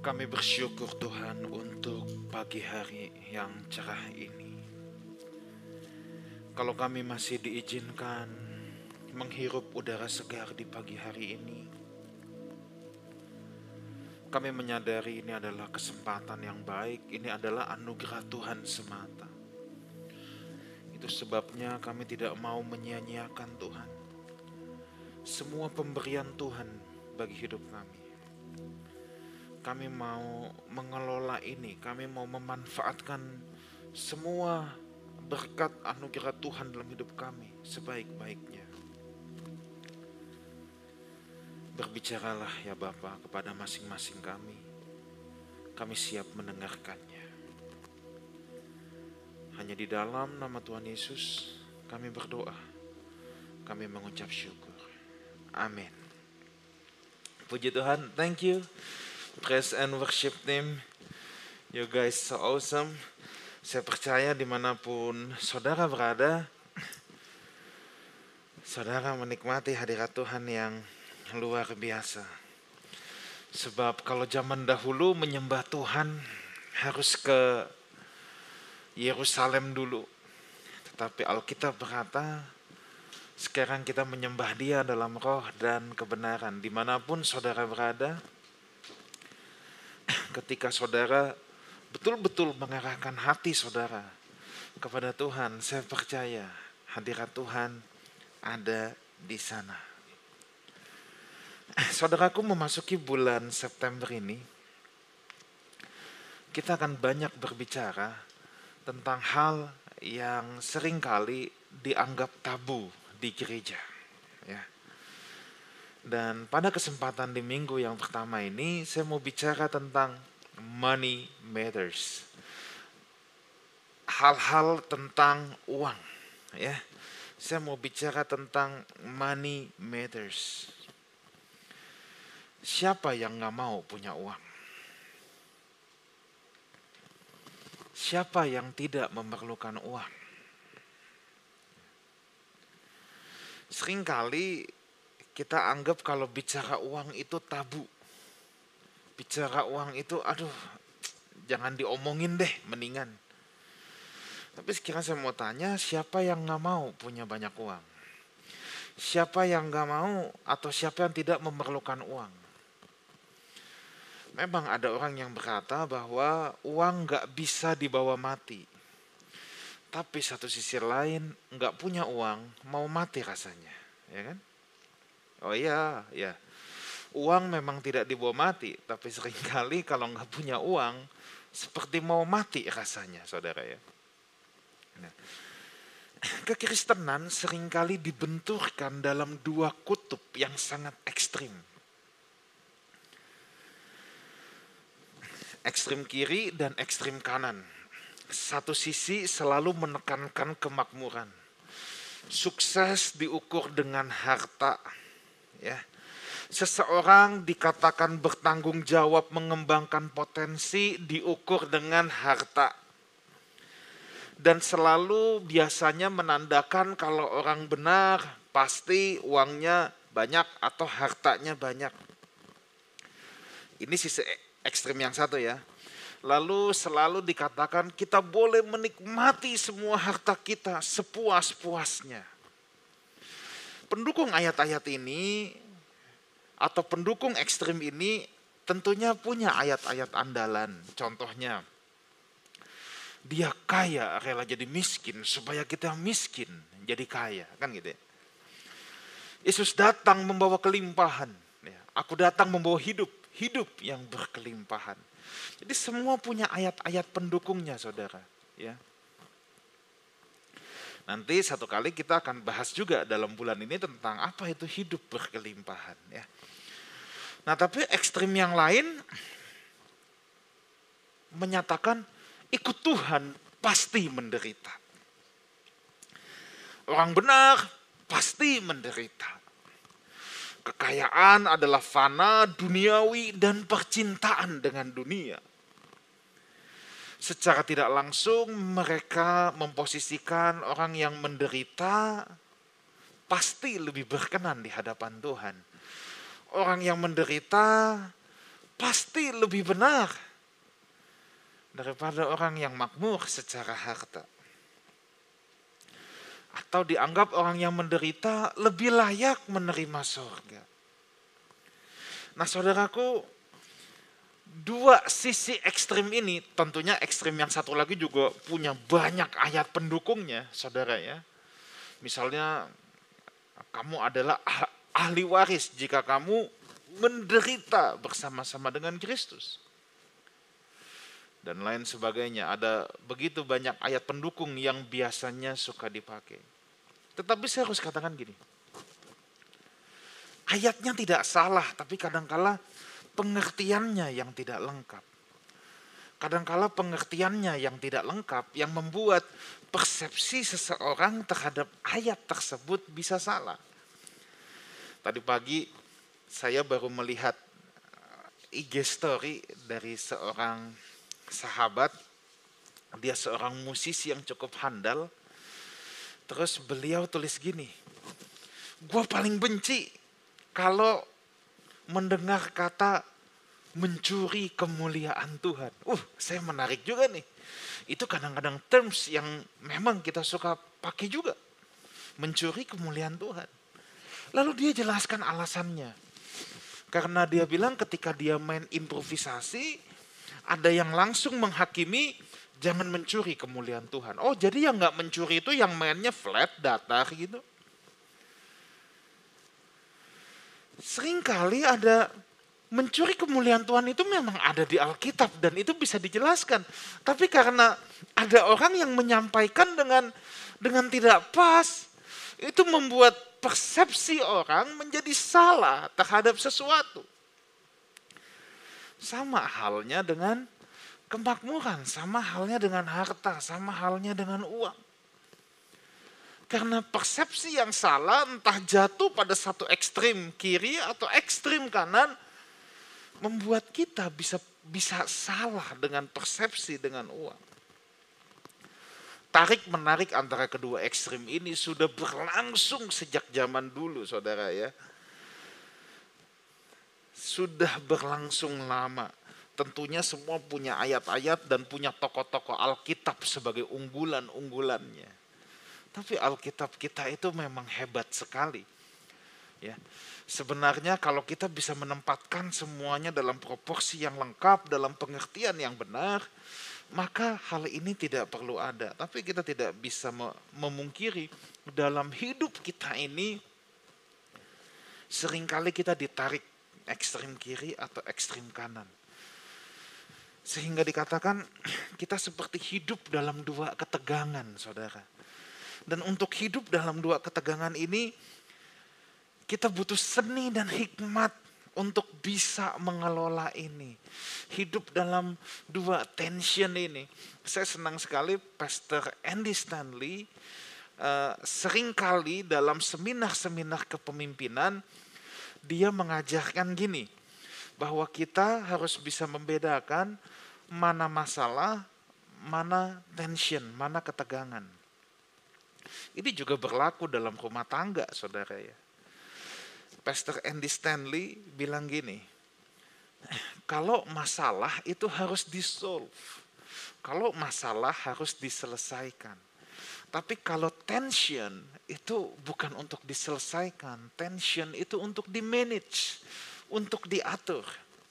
Kami bersyukur Tuhan untuk pagi hari yang cerah ini. Kalau kami masih diizinkan menghirup udara segar di pagi hari ini, kami menyadari ini adalah kesempatan yang baik, ini adalah anugerah Tuhan semata. Itu sebabnya kami tidak mau menyia-nyiakan Tuhan semua pemberian Tuhan bagi hidup kami. Kami mau mengelola ini, kami mau memanfaatkan semua berkat anugerah Tuhan dalam hidup kami sebaik-baiknya. Berbicaralah ya Bapa kepada masing-masing kami. Kami siap mendengarkannya. Hanya di dalam nama Tuhan Yesus kami berdoa. Kami mengucap syukur. Amin. Puji Tuhan, thank you. Praise and worship team. You guys so awesome. Saya percaya dimanapun saudara berada, saudara menikmati hadirat Tuhan yang luar biasa. Sebab kalau zaman dahulu menyembah Tuhan harus ke Yerusalem dulu. Tetapi Alkitab berkata, sekarang kita menyembah Dia dalam roh dan kebenaran. Dimanapun saudara berada, ketika saudara betul-betul mengarahkan hati saudara kepada Tuhan, saya percaya hadirat Tuhan ada di sana. Saudaraku, memasuki bulan September ini, kita akan banyak berbicara tentang hal yang seringkali dianggap tabu di gereja. Ya. Dan pada kesempatan di minggu yang pertama ini, saya mau bicara tentang money matters. Hal-hal tentang uang. Ya. Saya mau bicara tentang money matters. Siapa yang gak mau punya uang? Siapa yang tidak memerlukan uang? Seringkali kita anggap kalau bicara uang itu tabu. Bicara uang itu, jangan diomongin deh, mendingan. Tapi sekarang saya mau tanya, siapa yang gak mau punya banyak uang? Siapa yang gak mau atau siapa yang tidak memerlukan uang? Memang ada orang yang berkata bahwa uang gak bisa dibawa mati. Tapi satu sisi lain, gak punya uang, mau mati rasanya. Ya kan? Oh iya, ya. Uang memang tidak dibawa mati, tapi seringkali kalau gak punya uang, seperti mau mati rasanya, saudara ya. Nah, kekristenan seringkali dibenturkan dalam dua kutub yang sangat ekstrim. Ekstrim kiri dan ekstrim kanan. Satu sisi selalu menekankan kemakmuran. Sukses diukur dengan harta. Ya. Seseorang dikatakan bertanggung jawab mengembangkan potensi diukur dengan harta. Dan selalu biasanya menandakan kalau orang benar pasti uangnya banyak atau hartanya banyak. Ini sisi ekstrim yang satu ya. Lalu selalu dikatakan kita boleh menikmati semua harta kita sepuas-puasnya. Pendukung ayat-ayat ini atau pendukung ekstrim ini tentunya punya ayat-ayat andalan. Contohnya, dia kaya rela jadi miskin supaya kita miskin jadi kaya, kan gitu ya. Yesus datang membawa kelimpahan. Aku datang membawa hidup yang berkelimpahan. Jadi semua punya ayat-ayat pendukungnya, saudara. Ya. Nanti satu kali kita akan bahas juga dalam bulan ini tentang apa itu hidup berkelimpahan. Ya. Nah tapi ekstrim yang lain menyatakan ikut Tuhan pasti menderita. Orang benar pasti menderita. Kekayaan adalah fana, duniawi, dan percintaan dengan dunia. Secara tidak langsung mereka memposisikan orang yang menderita pasti lebih berkenan di hadapan Tuhan. Orang yang menderita pasti lebih benar daripada orang yang makmur secara harta. Atau dianggap orang yang menderita lebih layak menerima surga. Nah saudaraku, dua sisi ekstrim ini, tentunya ekstrim yang satu lagi juga punya banyak ayat pendukungnya, saudara ya. Misalnya, kamu adalah ahli waris jika kamu menderita bersama-sama dengan Kristus. Dan lain sebagainya. Ada begitu banyak ayat pendukung yang biasanya suka dipakai. Tetapi saya harus katakan gini. Ayatnya tidak salah, tapi kadangkala pengertiannya yang tidak lengkap. Kadangkala pengertiannya yang tidak lengkap yang membuat persepsi seseorang terhadap ayat tersebut bisa salah. Tadi pagi saya baru melihat IG story dari seorang sahabat. Dia seorang musisi yang cukup handal. Terus beliau tulis gini, gue paling benci kalau mendengar kata mencuri kemuliaan Tuhan. Saya menarik juga nih. Itu kadang-kadang terms yang memang kita suka pakai juga. Mencuri kemuliaan Tuhan. Lalu dia jelaskan alasannya. Karena dia bilang ketika dia main improvisasi, ada yang langsung menghakimi, jangan mencuri kemuliaan Tuhan. Oh, jadi yang gak mencuri itu yang mainnya flat, datar gitu. Seringkali ada mencuri kemuliaan Tuhan itu memang ada di Alkitab dan itu bisa dijelaskan. Tapi karena ada orang yang menyampaikan dengan tidak pas, itu membuat persepsi orang menjadi salah terhadap sesuatu. Sama halnya dengan kemakmuran, sama halnya dengan harta, sama halnya dengan uang. Karena persepsi yang salah entah jatuh pada satu ekstrim kiri atau ekstrim kanan, membuat kita bisa salah dengan persepsi dengan uang. Tarik menarik antara kedua ekstrim ini sudah berlangsung sejak zaman dulu, saudara ya. Sudah berlangsung lama. Tentunya semua punya ayat-ayat dan punya tokoh-tokoh Alkitab sebagai unggulan-unggulannya. Tapi Alkitab kita itu memang hebat sekali. Ya. Sebenarnya kalau kita bisa menempatkan semuanya dalam proporsi yang lengkap, dalam pengertian yang benar, maka hal ini tidak perlu ada. Tapi kita tidak bisa memungkiri dalam hidup kita ini seringkali kita ditarik ekstrem kiri atau ekstrem kanan. Sehingga dikatakan kita seperti hidup dalam dua ketegangan, saudara. Dan untuk hidup dalam dua ketegangan ini, kita butuh seni dan hikmat untuk bisa mengelola ini. Hidup dalam dua tension ini. Saya senang sekali Pastor Andy Stanley seringkali dalam seminar-seminar kepemimpinan, dia mengajarkan gini, bahwa kita harus bisa membedakan mana masalah, mana tension, mana ketegangan. Ini juga berlaku dalam rumah tangga, saudara ya. Pastor Andy Stanley bilang gini, kalau masalah itu harus di-solve. Kalau masalah harus diselesaikan. Tapi kalau tension itu bukan untuk diselesaikan. Tension itu untuk di-manage, untuk diatur.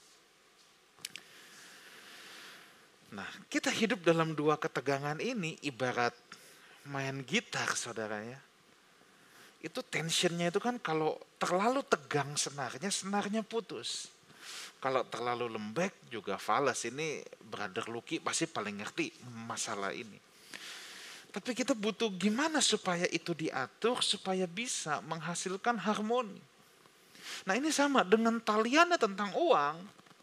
Nah, kita hidup dalam dua ketegangan ini ibarat main gitar, saudara ya. Itu tensionnya itu kan kalau terlalu tegang senarnya putus. Kalau terlalu lembek juga falas. Ini Brother Lucky pasti paling ngerti masalah ini. Tapi kita butuh gimana supaya itu diatur, supaya bisa menghasilkan harmoni. Nah ini sama dengan taliannya tentang uang.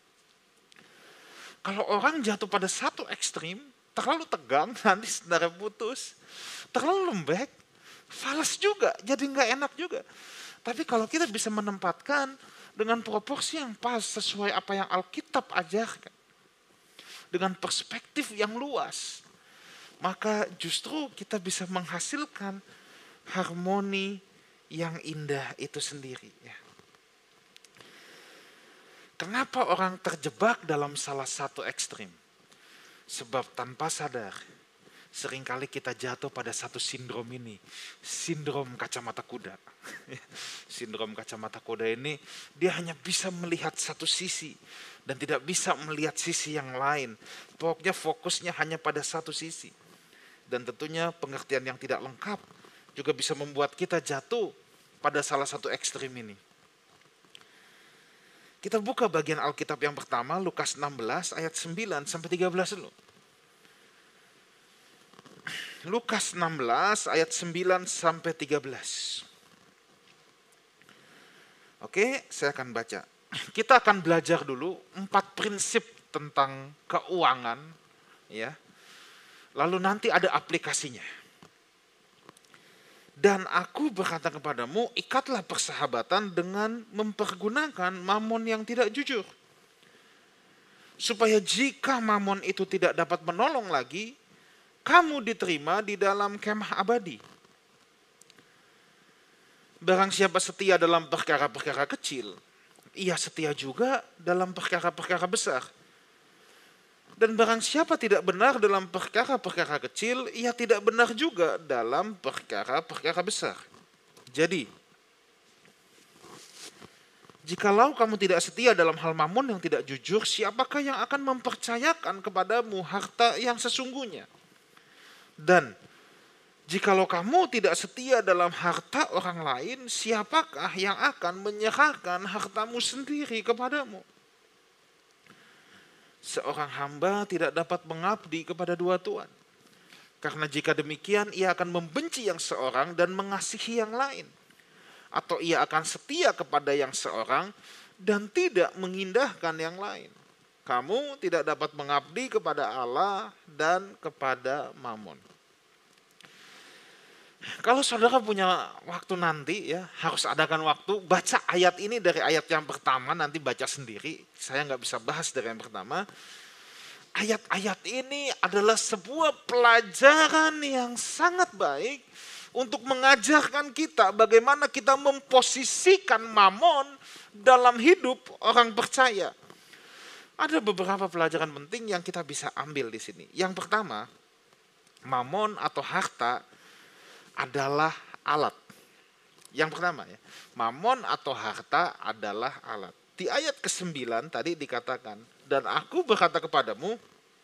Kalau orang jatuh pada satu ekstrim, terlalu tegang, nanti saudara putus. Terlalu lembek, falas juga, jadi nggak enak juga. Tapi kalau kita bisa menempatkan dengan proporsi yang pas sesuai apa yang Alkitab ajarkan, dengan perspektif yang luas, maka justru kita bisa menghasilkan harmoni yang indah itu sendiri. Ya. Kenapa orang terjebak dalam salah satu ekstrim? Sebab tanpa sadar, seringkali kita jatuh pada satu sindrom ini. Sindrom kacamata kuda. Sindrom kacamata kuda ini, dia hanya bisa melihat satu sisi. Dan tidak bisa melihat sisi yang lain. Pokoknya fokusnya hanya pada satu sisi. Dan tentunya pengertian yang tidak lengkap juga bisa membuat kita jatuh pada salah satu ekstrim ini. Kita buka bagian Alkitab yang pertama, Lukas 16 ayat 9 sampai 13 dulu. Lukas 16 ayat 9 sampai 13. Oke, saya akan baca. Kita akan belajar dulu 4 prinsip tentang keuangan, ya. Lalu nanti ada aplikasinya. Dan aku berkata kepadamu, ikatlah persahabatan dengan mempergunakan mamon yang tidak jujur. Supaya jika mamon itu tidak dapat menolong lagi, kamu diterima di dalam kemah abadi. Barang siapa setia dalam perkara-perkara kecil, ia setia juga dalam perkara-perkara besar. Dan barang siapa tidak benar dalam perkara-perkara kecil, ia tidak benar juga dalam perkara-perkara besar. Jadi, jikalau kamu tidak setia dalam hal mamon yang tidak jujur, siapakah yang akan mempercayakan kepadamu harta yang sesungguhnya? Dan jikalau kamu tidak setia dalam harta orang lain, siapakah yang akan menyerahkan hartamu sendiri kepadamu? Seorang hamba tidak dapat mengabdi kepada dua tuan. Karena jika demikian, ia akan membenci yang seorang dan mengasihi yang lain. Atau ia akan setia kepada yang seorang dan tidak mengindahkan yang lain. Kamu tidak dapat mengabdi kepada Allah dan kepada mamon. Kalau saudara punya waktu nanti, ya harus adakan waktu baca ayat ini dari ayat yang pertama, nanti baca sendiri. Saya nggak bisa bahas dari yang pertama. Ayat-ayat ini adalah sebuah pelajaran yang sangat baik untuk mengajarkan kita bagaimana kita memposisikan mamon dalam hidup orang percaya. Ada beberapa pelajaran penting yang kita bisa ambil di sini. Yang pertama, mamon atau harta adalah alat. Yang pertama ya, mamon atau harta adalah alat. Di ayat ke-9 tadi dikatakan, dan aku berkata kepadamu,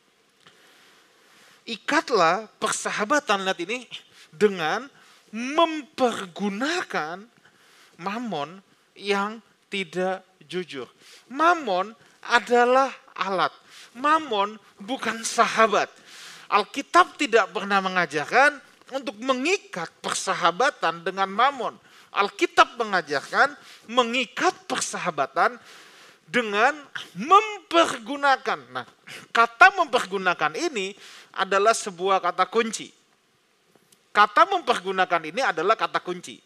ikatlah persahabatan, lihat ini, dengan mempergunakan mamon yang tidak jujur. Mamon adalah alat. Mamon bukan sahabat. Alkitab tidak pernah mengajarkan untuk mengikat persahabatan dengan mamon. Alkitab mengajarkan mengikat persahabatan dengan mempergunakan. Nah, kata mempergunakan ini adalah sebuah kata kunci. Kata mempergunakan ini adalah kata kunci.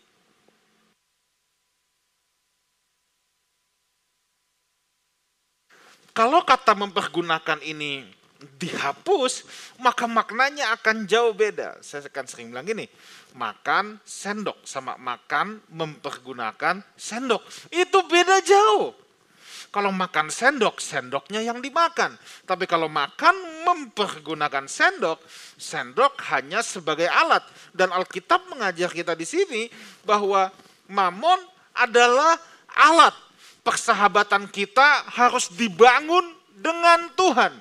Kalau kata mempergunakan ini dihapus, maka maknanya akan jauh beda. Saya akan sering bilang gini, makan sendok sama makan mempergunakan sendok. Itu beda jauh. Kalau makan sendok, sendoknya yang dimakan. Tapi kalau makan mempergunakan sendok, sendok hanya sebagai alat. Dan Alkitab mengajar kita di sini bahwa mamon adalah alat. Persahabatan kita harus dibangun dengan Tuhan,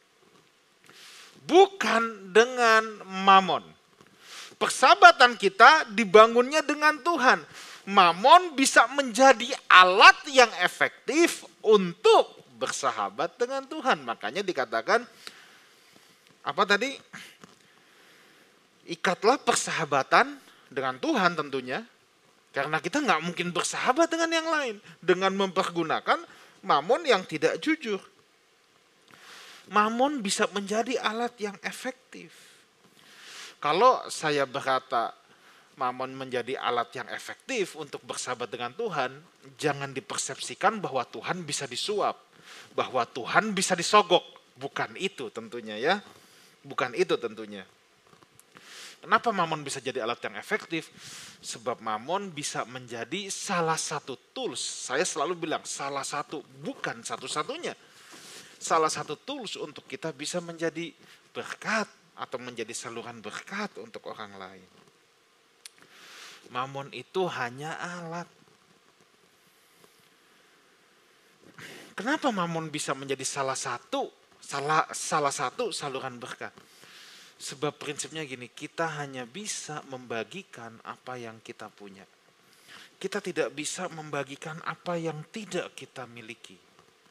bukan dengan mamon. Persahabatan kita dibangunnya dengan Tuhan. Mamon bisa menjadi alat yang efektif untuk bersahabat dengan Tuhan. Makanya dikatakan, apa tadi? Ikatlah persahabatan dengan Tuhan tentunya. Karena kita nggak mungkin bersahabat dengan yang lain. Dengan mempergunakan mamon yang tidak jujur. Mamon bisa menjadi alat yang efektif. Kalau saya berkata mamon menjadi alat yang efektif untuk bersahabat dengan Tuhan, jangan dipersepsikan bahwa Tuhan bisa disuap, bahwa Tuhan bisa disogok. Bukan itu tentunya ya. Bukan itu tentunya. Kenapa mamon bisa jadi alat yang efektif? Sebab mamon bisa menjadi salah satu tools. Saya selalu bilang salah satu, bukan satu-satunya. Salah satu tools untuk kita bisa menjadi berkat atau menjadi saluran berkat untuk orang lain. Mamon itu hanya alat. Kenapa mamon bisa menjadi salah satu saluran berkat? Sebab prinsipnya gini, kita hanya bisa membagikan apa yang kita punya. Kita tidak bisa membagikan apa yang tidak kita miliki.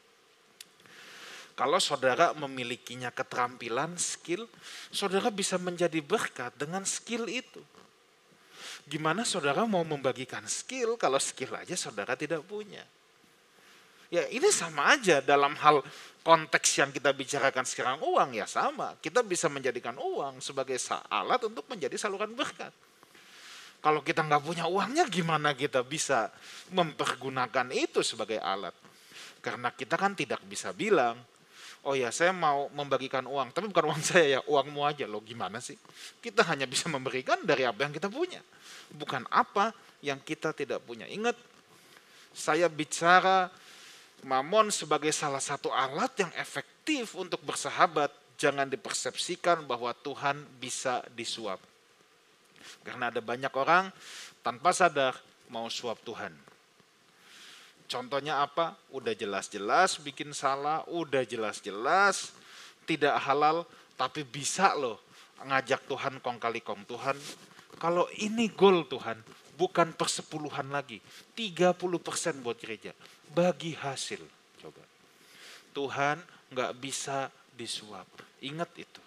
Kalau saudara memilikinya keterampilan, skill, saudara bisa menjadi berkat dengan skill itu. Gimana saudara mau membagikan skill kalau skill aja saudara tidak punya? Ya ini sama aja dalam hal konteks yang kita bicarakan sekarang uang ya sama. Kita bisa menjadikan uang sebagai alat untuk menjadi saluran berkat. Kalau kita nggak punya uangnya gimana kita bisa mempergunakan itu sebagai alat? Karena kita kan tidak bisa bilang, oh ya saya mau membagikan uang, tapi bukan uang saya ya, uangmu aja. Loh gimana sih? Kita hanya bisa memberikan dari apa yang kita punya. Bukan apa yang kita tidak punya. Ingat, saya bicara mamon sebagai salah satu alat yang efektif untuk bersahabat. Jangan dipersepsikan bahwa Tuhan bisa disuap. Karena ada banyak orang tanpa sadar mau suap Tuhan. Contohnya apa? Udah jelas-jelas bikin salah, udah jelas-jelas tidak halal, tapi bisa loh ngajak Tuhan kong kali kong. Tuhan, kalau ini goal Tuhan, bukan persepuluhan lagi, 30% buat gereja. Bagi hasil, coba. Tuhan nggak bisa disuap. Ingat itu.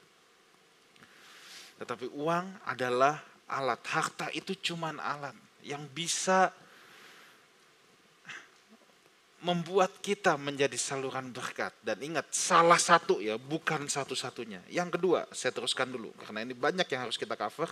Tetapi uang adalah alat. Harta itu cuman alat yang bisa membuat kita menjadi saluran berkat. Dan ingat, salah satu ya, bukan satu-satunya. Yang kedua, saya teruskan dulu, karena ini banyak yang harus kita cover.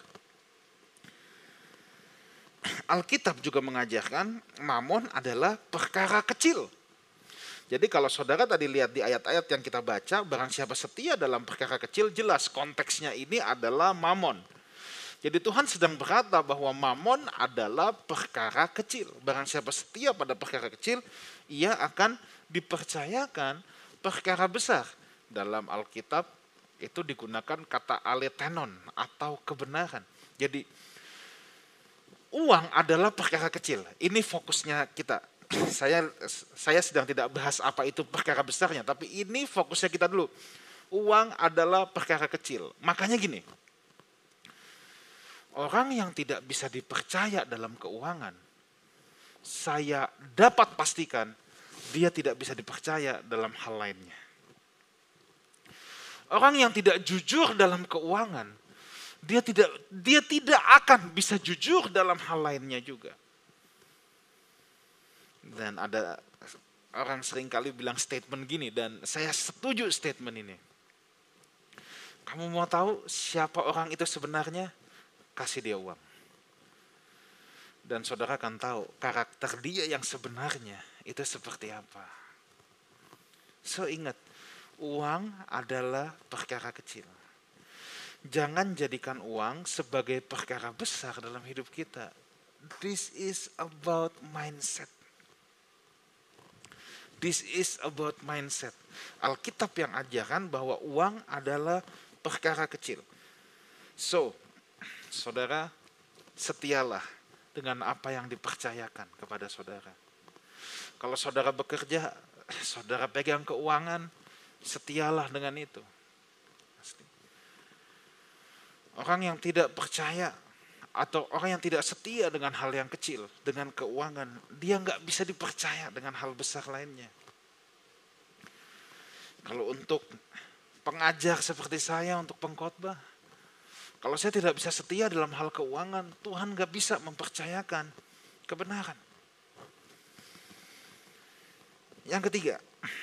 Alkitab juga mengajarkan mamon adalah perkara kecil. Jadi kalau saudara tadi lihat di ayat-ayat yang kita baca, barang siapa setia dalam perkara kecil, jelas konteksnya ini adalah mamon. Jadi Tuhan sedang berkata bahwa mamon adalah perkara kecil. Barang siapa setia pada perkara kecil, ia akan dipercayakan perkara besar. Dalam Alkitab itu digunakan kata alethenon atau kebenaran. Jadi uang adalah perkara kecil. Ini fokusnya kita. Saya sedang tidak bahas apa itu perkara besarnya, tapi ini fokusnya kita dulu. Uang adalah perkara kecil. Makanya gini, orang yang tidak bisa dipercaya dalam keuangan, saya dapat pastikan dia tidak bisa dipercaya dalam hal lainnya. Orang yang tidak jujur dalam keuangan, dia tidak akan bisa jujur dalam hal lainnya juga. Dan ada orang seringkali bilang statement gini, dan saya setuju statement ini. Kamu mau tahu siapa orang itu sebenarnya? Kasih dia uang. Dan saudara akan tahu karakter dia yang sebenarnya itu seperti apa. So ingat, uang adalah perkara kecil. Jangan jadikan uang sebagai perkara besar dalam hidup kita. This is about mindset. This is about mindset. Alkitab yang ajarkan bahwa uang adalah perkara kecil. So, saudara, setialah dengan apa yang dipercayakan kepada saudara. Kalau saudara bekerja, saudara pegang keuangan, setialah dengan itu. Orang yang tidak percaya atau orang yang tidak setia dengan hal yang kecil, dengan keuangan, dia nggak bisa dipercaya dengan hal besar lainnya. Kalau untuk pengajar seperti saya, untuk pengkhotbah, kalau saya tidak bisa setia dalam hal keuangan, Tuhan nggak bisa mempercayakan kebenaran. Yang ketiga,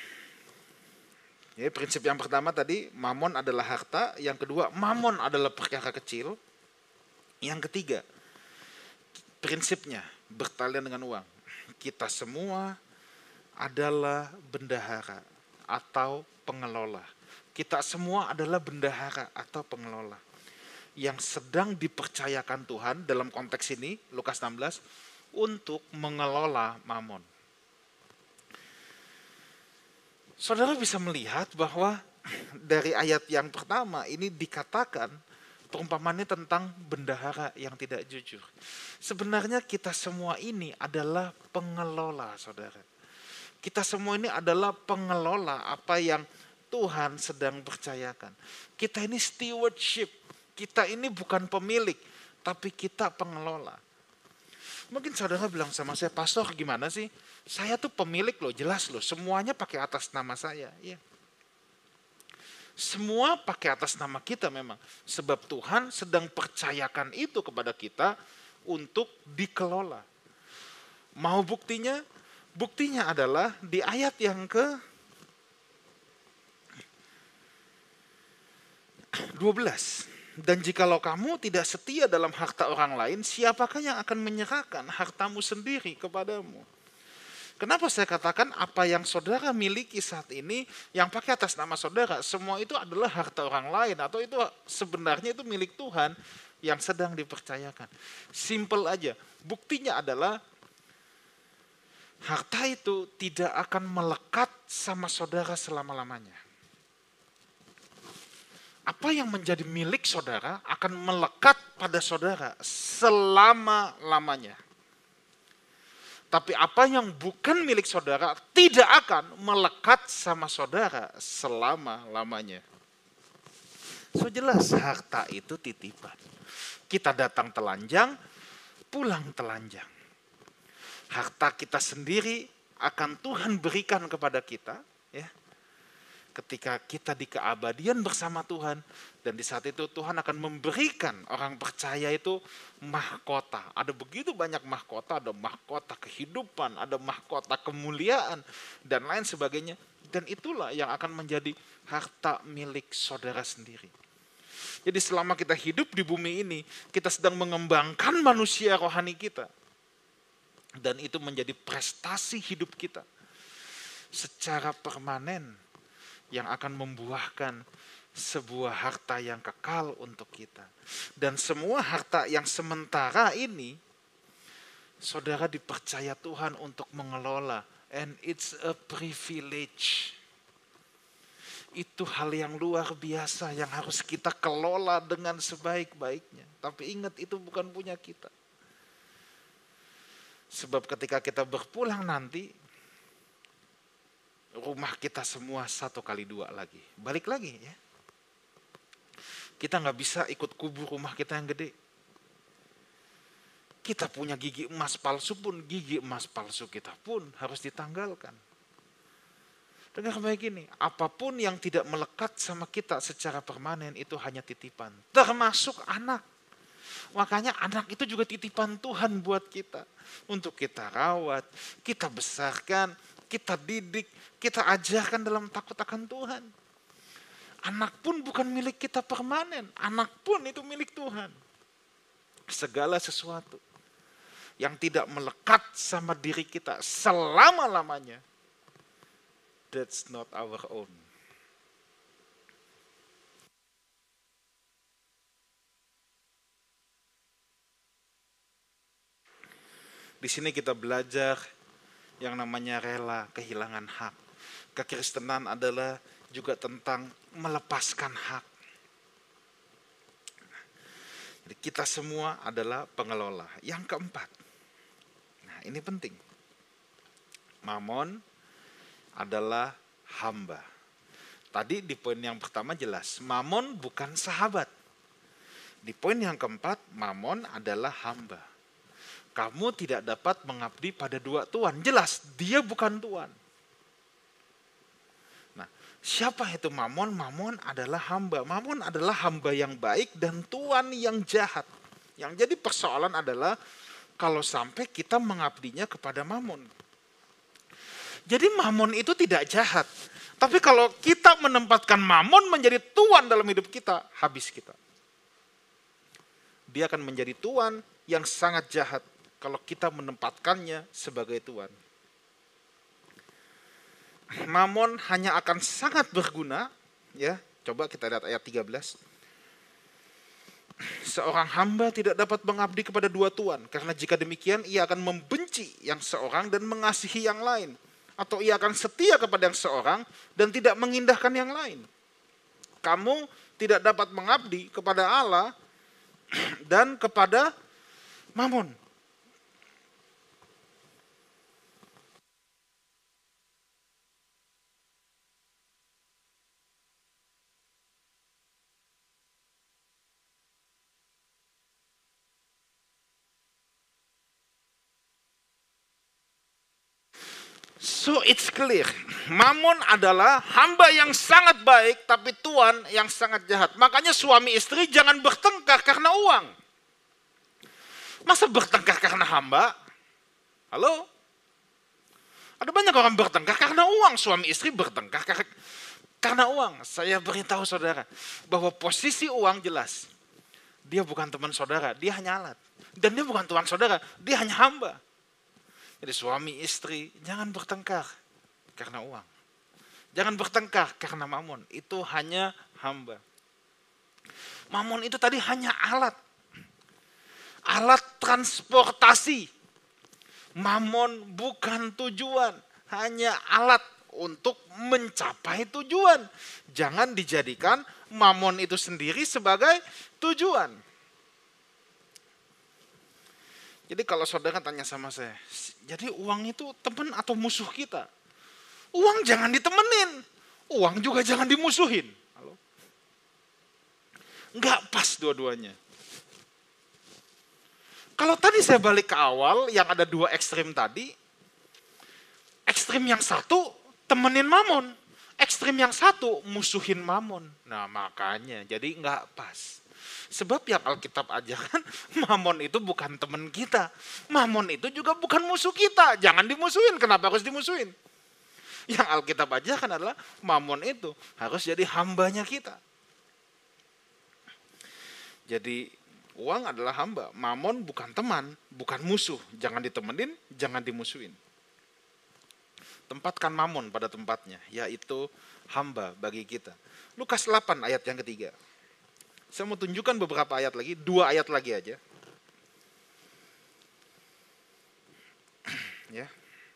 ya, prinsip yang pertama tadi, mamon adalah harta. Yang kedua, mamon adalah perkara kecil. Yang ketiga, prinsipnya bertalian dengan uang. Kita semua adalah bendahara atau pengelola. Kita semua adalah bendahara atau pengelola. yang sedang dipercayakan Tuhan dalam konteks ini, Lukas 16, untuk mengelola mamon. Saudara bisa melihat bahwa dari ayat yang pertama ini dikatakan perumpamannya tentang bendahara yang tidak jujur. Sebenarnya kita semua ini adalah pengelola, saudara. Kita semua ini adalah pengelola apa yang Tuhan sedang percayakan. Kita ini stewardship. Kita ini bukan pemilik, tapi kita pengelola. Mungkin saudara bilang sama saya, pastor gimana sih? Saya tuh pemilik loh, jelas loh. Semuanya pakai atas nama saya. Ya. Semua pakai atas nama kita memang. Sebab Tuhan sedang percayakan itu kepada kita untuk dikelola. Mau buktinya? Buktinya adalah di ayat yang ke-12. Dan jikalau kamu tidak setia dalam harta orang lain, siapakah yang akan menyerahkan hartamu sendiri kepadamu? Kenapa saya katakan apa yang saudara miliki saat ini, yang pakai atas nama saudara, semua itu adalah harta orang lain, atau itu sebenarnya itu milik Tuhan yang sedang dipercayakan. Simple aja, buktinya adalah harta itu tidak akan melekat sama saudara selama-lamanya. Apa yang menjadi milik saudara akan melekat pada saudara selama-lamanya. Tapi apa yang bukan milik saudara tidak akan melekat sama saudara selama-lamanya. So jelas harta itu titipan. Kita datang telanjang, pulang telanjang. Harta kita sendiri akan Tuhan berikan kepada kita, ya. Ketika kita di keabadian bersama Tuhan, dan di saat itu Tuhan akan memberikan orang percaya itu mahkota. Ada begitu banyak mahkota, ada mahkota kehidupan, ada mahkota kemuliaan, dan lain sebagainya. Dan itulah yang akan menjadi harta milik saudara sendiri. Jadi selama kita hidup di bumi ini, kita sedang mengembangkan manusia rohani kita. Dan itu menjadi prestasi hidup kita secara permanen, yang akan membuahkan sebuah harta yang kekal untuk kita. Dan semua harta yang sementara ini, saudara dipercaya Tuhan untuk mengelola. And it's a privilege. Itu hal yang luar biasa yang harus kita kelola dengan sebaik-baiknya. Tapi ingat, itu bukan punya kita. Sebab ketika kita berpulang nanti, rumah kita semua 1x2 lagi. Balik lagi ya. Kita gak bisa ikut kubur rumah kita yang gede. Kita punya gigi emas palsu pun, gigi emas palsu kita pun harus ditanggalkan. Dengar baik ini, apapun yang tidak melekat sama kita secara permanen itu hanya titipan. Termasuk anak. Makanya anak itu juga titipan Tuhan buat kita. Untuk kita rawat, kita besarkan, kita didik, kita ajarkan dalam takut akan Tuhan. Anak pun bukan milik kita permanen. Anak pun itu milik Tuhan. Segala sesuatu yang tidak melekat sama diri kita selama-lamanya, that's not our own. Di sini kita belajar yang namanya rela kehilangan hak. Kekristenan adalah juga tentang melepaskan hak. Jadi kita semua adalah pengelola. Yang keempat, nah ini penting. Mamon adalah hamba. Tadi di poin yang pertama jelas, mamon bukan sahabat. Di poin yang keempat, mamon adalah hamba. Kamu tidak dapat mengabdi pada dua tuan. Jelas, dia bukan tuan. Nah, siapa itu mamon? Mamon adalah hamba. Mamon adalah hamba yang baik dan tuan yang jahat. Yang jadi persoalan adalah kalau sampai kita mengabdinya kepada mamon. Jadi mamon itu tidak jahat. Tapi kalau kita menempatkan mamon menjadi tuan dalam hidup kita, habis kita. Dia akan menjadi tuan yang sangat jahat kalau kita menempatkannya sebagai tuan. Mamon hanya akan sangat berguna, ya. Coba kita lihat ayat 13. Seorang hamba tidak dapat mengabdi kepada dua tuan, karena jika demikian ia akan membenci yang seorang dan mengasihi yang lain. Atau ia akan setia kepada yang seorang dan tidak mengindahkan yang lain. Kamu tidak dapat mengabdi kepada Allah dan kepada Mamon. So it's clear, Mamon adalah hamba yang sangat baik tapi tuan yang sangat jahat. Makanya suami istri jangan bertengkar karena uang. Masa bertengkar karena hamba? Halo? Ada banyak orang bertengkar karena uang, suami istri bertengkar karena uang. Saya beritahu saudara bahwa posisi uang jelas. Dia bukan teman saudara, dia hanya alat. Dan dia bukan tuan saudara, dia hanya hamba. Jadi suami istri jangan bertengkar karena uang. Jangan bertengkar karena mamon, itu hanya hamba. Mamon itu tadi hanya alat. Alat transportasi. Mamon bukan tujuan, hanya alat untuk mencapai tujuan. Jangan dijadikan mamon itu sendiri sebagai tujuan. Jadi kalau saudara tanya sama saya, jadi uang itu teman atau musuh kita? Uang jangan ditemenin, uang juga jangan dimusuhin. Halo? Nggak pas dua-duanya. Kalau tadi saya balik ke awal, yang ada dua ekstrim tadi, ekstrim yang satu temenin mamon, ekstrim yang satu musuhin mamon. Nah makanya jadi nggak pas. Sebab yang Alkitab ajarkan, mamon itu bukan teman kita. Mamon itu juga bukan musuh kita. Jangan dimusuhin. Kenapa harus dimusuhin? Yang Alkitab ajarkan adalah mamon itu harus jadi hambanya kita. Jadi uang adalah hamba. Mamon bukan teman, bukan musuh. Jangan ditemenin, jangan dimusuhin. Tempatkan mamon pada tempatnya, yaitu hamba bagi kita. Lukas 8 ayat yang ketiga. Saya mau tunjukkan beberapa ayat lagi, 2 ayat lagi aja. Ya.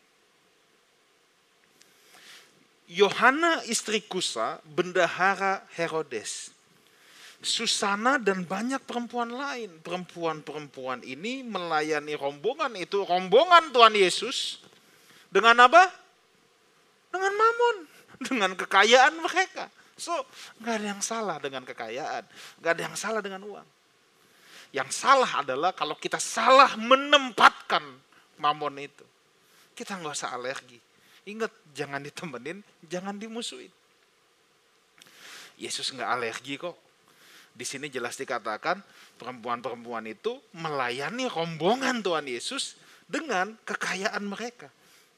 Yohana istri Kusa, bendahara Herodes. Susana dan banyak perempuan lain. Perempuan-perempuan ini melayani rombongan itu, rombongan Tuhan Yesus. Dengan apa? Dengan mamon, dengan kekayaan mereka. So, gak ada yang salah dengan kekayaan. Gak ada yang salah dengan uang. Yang salah adalah kalau kita salah menempatkan mamon itu. Kita gak usah alergi. Ingat, jangan ditemenin, jangan dimusuhin. Yesus gak alergi kok. Di sini jelas dikatakan perempuan-perempuan itu melayani rombongan Tuhan Yesus dengan kekayaan mereka.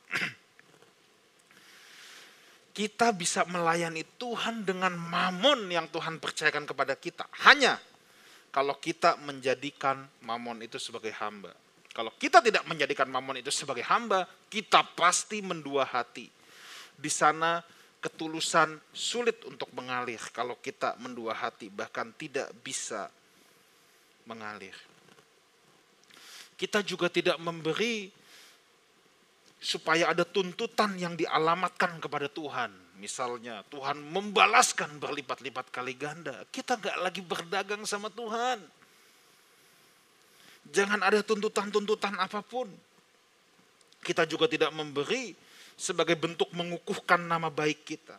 Kita bisa melayani Tuhan dengan mamon yang Tuhan percayakan kepada kita. Hanya kalau kita menjadikan mamon itu sebagai hamba. Kalau kita tidak menjadikan mamon itu sebagai hamba, kita pasti mendua hati. Di sana ketulusan sulit untuk mengalir kalau kita mendua hati, bahkan tidak bisa mengalir. Kita juga tidak memberi supaya ada tuntutan yang dialamatkan kepada Tuhan. Misalnya Tuhan membalaskan berlipat-lipat kali ganda. Kita gak lagi berdagang sama Tuhan. Jangan ada tuntutan-tuntutan apapun. Kita juga tidak memberi sebagai bentuk mengukuhkan nama baik kita.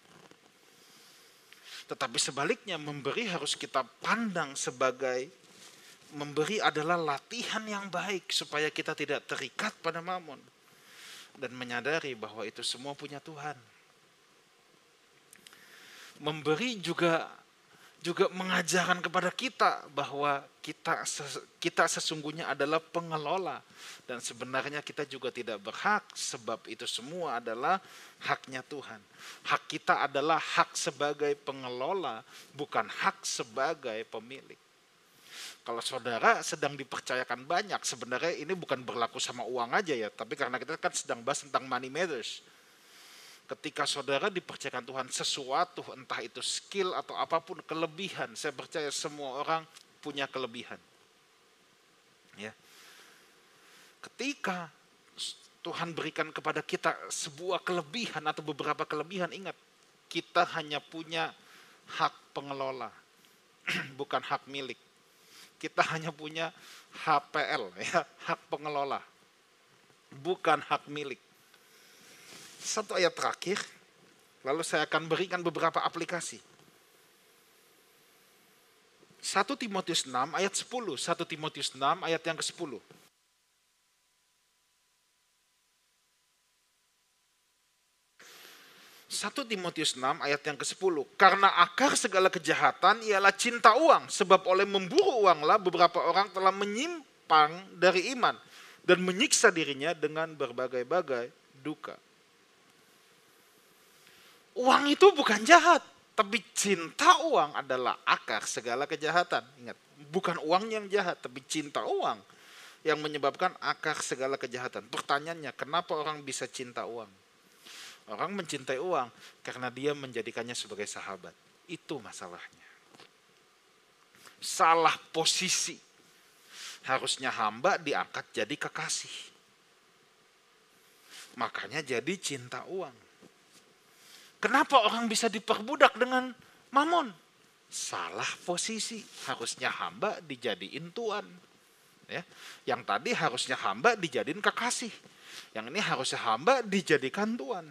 Tetapi sebaliknya memberi harus kita pandang sebagai memberi adalah latihan yang baik supaya kita tidak terikat pada mamon. Dan menyadari bahwa itu semua punya Tuhan. Memberi juga mengajarkan kepada kita bahwa kita sesungguhnya adalah pengelola. Dan sebenarnya kita juga tidak berhak, sebab itu semua adalah haknya Tuhan. Hak kita adalah hak sebagai pengelola, bukan hak sebagai pemilik. Kalau saudara sedang dipercayakan banyak, sebenarnya ini bukan berlaku sama uang aja ya, tapi karena kita kan sedang bahas tentang money matters. Ketika saudara dipercayakan Tuhan sesuatu, entah itu skill atau apapun, kelebihan, saya percaya semua orang punya kelebihan. Ya. Ketika Tuhan berikan kepada kita sebuah kelebihan atau beberapa kelebihan, ingat, kita hanya punya hak pengelola, bukan hak milik. Kita hanya punya HPL, ya, hak pengelola, bukan hak milik. Satu ayat terakhir, lalu saya akan berikan beberapa aplikasi. 1 Timotius 6 ayat 10, 1 Timotius 6 ayat yang ke-10. 1 Timotius 6 ayat yang ke-10. Karena akar segala kejahatan ialah cinta uang, sebab oleh memburu uanglah beberapa orang telah menyimpang dari iman dan menyiksa dirinya dengan berbagai-bagai duka. Uang itu bukan jahat, tapi cinta uang adalah akar segala kejahatan. Ingat, bukan uang yang jahat, tapi cinta uang yang menyebabkan akar segala kejahatan. Pertanyaannya, kenapa orang bisa cinta uang? Orang mencintai uang karena dia menjadikannya sebagai sahabat. Itu masalahnya. Salah posisi. Harusnya hamba diangkat jadi kekasih. Makanya jadi cinta uang. Kenapa orang bisa diperbudak dengan mamon? Salah posisi. Harusnya hamba dijadiin tuan. Ya. Yang tadi harusnya hamba dijadiin kekasih. Yang ini harusnya hamba dijadikan tuan.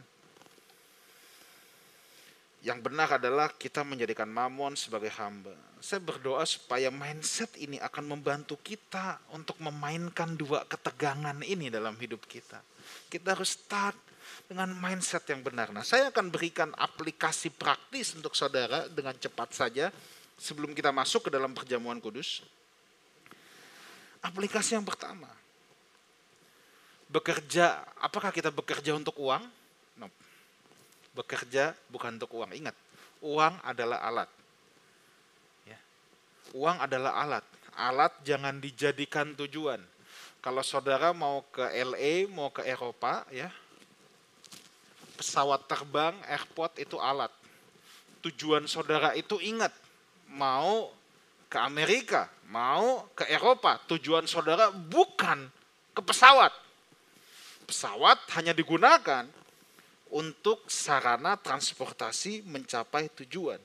Yang benar adalah kita menjadikan mamon sebagai hamba. Saya berdoa supaya mindset ini akan membantu kita untuk memainkan dua ketegangan ini dalam hidup kita. Kita harus start dengan mindset yang benar. Nah, saya akan berikan aplikasi praktis untuk saudara dengan cepat saja sebelum kita masuk ke dalam perjamuan kudus. Aplikasi yang pertama. Bekerja, apakah kita bekerja untuk uang? No. Bekerja bukan untuk uang. Ingat, uang adalah alat. Ya. Uang adalah alat. Alat jangan dijadikan tujuan. Kalau saudara mau ke LA, mau ke Eropa, ya, pesawat terbang, airport itu alat. Tujuan saudara itu ingat, mau ke Amerika, mau ke Eropa. Tujuan saudara bukan ke pesawat. Pesawat hanya digunakan untuk sarana transportasi mencapai tujuan.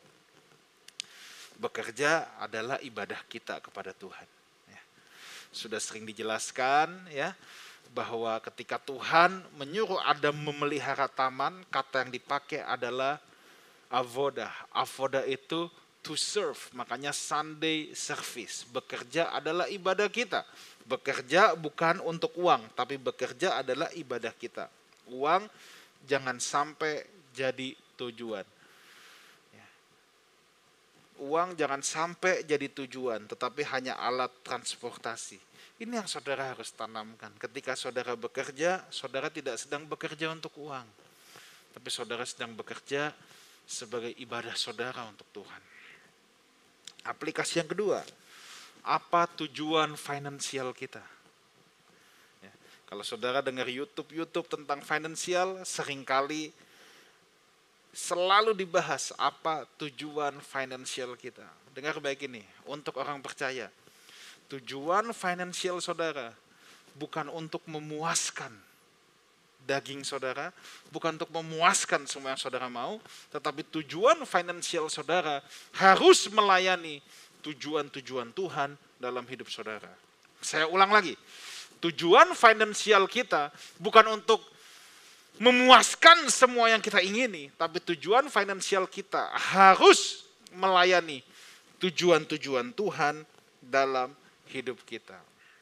Bekerja adalah ibadah kita kepada Tuhan. Ya. Sudah sering dijelaskan, ya, bahwa ketika Tuhan menyuruh Adam memelihara taman, kata yang dipakai adalah avoda. Avoda itu to serve, makanya Sunday service. Bekerja adalah ibadah kita. Bekerja bukan untuk uang, tapi bekerja adalah ibadah kita. Uang jangan sampai jadi tujuan. Ya. Uang jangan sampai jadi tujuan, tetapi hanya alat transportasi. Ini yang saudara harus tanamkan. Ketika saudara bekerja, saudara tidak sedang bekerja untuk uang. Tapi saudara sedang bekerja sebagai ibadah saudara untuk Tuhan. Aplikasi yang kedua, apa tujuan finansial kita? Ya, kalau saudara dengar YouTube tentang finansial, seringkali selalu dibahas apa tujuan finansial kita. Dengar baik ini, untuk orang percaya. Tujuan finansial saudara bukan untuk memuaskan daging saudara, bukan untuk memuaskan semua yang saudara mau, tetapi tujuan finansial saudara harus melayani tujuan-tujuan Tuhan dalam hidup saudara. Saya ulang lagi, tujuan finansial kita bukan untuk memuaskan semua yang kita ingini, tapi tujuan finansial kita harus melayani tujuan-tujuan Tuhan dalam hidup kita.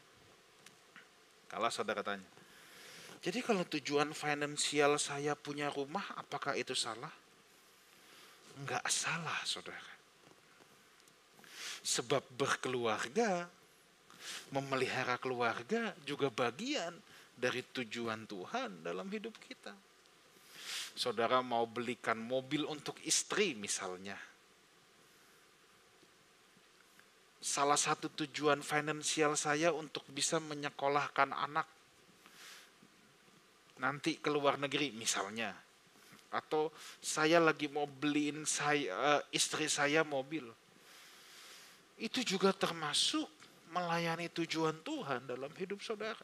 Kalau saudara tanya, jadi kalau tujuan finansial saya punya rumah, apakah itu salah? Enggak salah, saudara. Sebab berkeluarga, memelihara keluarga juga bagian dari tujuan Tuhan dalam hidup kita. Saudara mau belikan mobil untuk istri misalnya. Salah satu tujuan finansial saya untuk bisa menyekolahkan anak nanti ke luar negeri misalnya. Atau saya lagi mau beliin istri saya mobil. itu juga termasuk melayani tujuan Tuhan dalam hidup saudara.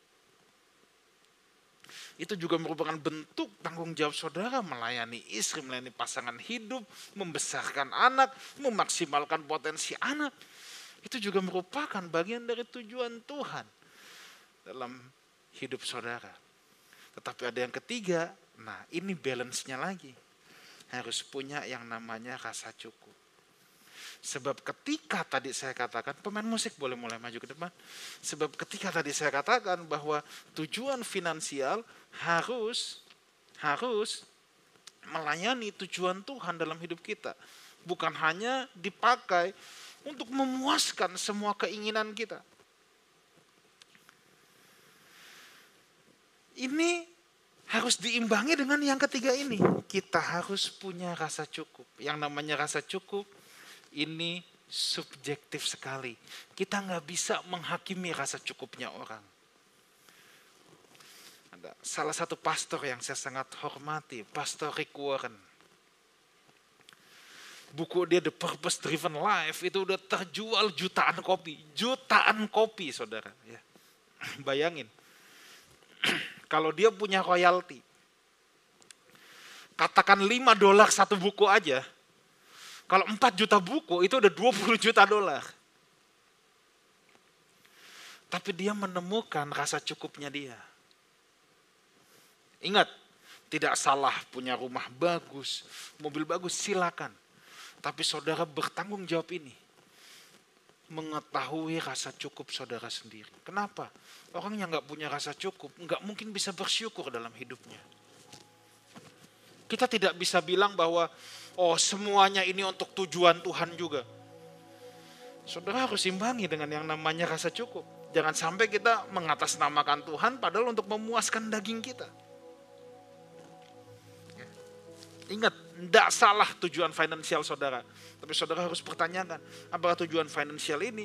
Itu juga merupakan bentuk tanggung jawab saudara melayani istri, melayani pasangan hidup, membesarkan anak, memaksimalkan potensi anak. Itu juga merupakan bagian dari tujuan Tuhan dalam hidup saudara. Tetapi ada yang ketiga, nah ini balance-nya lagi. Harus punya yang namanya rasa cukup. Sebab ketika tadi saya katakan, pemain musik boleh mulai maju ke depan. Sebab ketika tadi saya katakan bahwa tujuan finansial harus melayani tujuan Tuhan dalam hidup kita. Bukan hanya dipakai untuk memuaskan semua keinginan kita. Ini harus diimbangi dengan yang ketiga ini. Kita harus punya rasa cukup. Yang namanya rasa cukup ini subjektif sekali. Kita nggak bisa menghakimi rasa cukupnya orang. Ada salah satu pastor yang saya sangat hormati, Pastor Rick Warren. Buku dia The Purpose Driven Life itu udah terjual jutaan kopi saudara. Ya. Bayangin, kalau dia punya royalti, katakan $5 satu buku aja, kalau 4 juta buku itu udah 20 juta dolar. Tapi dia menemukan rasa cukupnya dia. Ingat, tidak salah punya rumah bagus, mobil bagus, silakan. Tapi saudara bertanggung jawab ini. Mengetahui rasa cukup saudara sendiri. Kenapa? Orang yang gak punya rasa cukup, gak mungkin bisa bersyukur dalam hidupnya. Kita tidak bisa bilang bahwa, oh semuanya ini untuk tujuan Tuhan juga. Saudara harus imbangi dengan yang namanya rasa cukup. Jangan sampai kita mengatasnamakan Tuhan padahal untuk memuaskan daging kita. Ingat, tidak salah tujuan finansial saudara. Tapi saudara harus pertanyakan, apakah tujuan finansial ini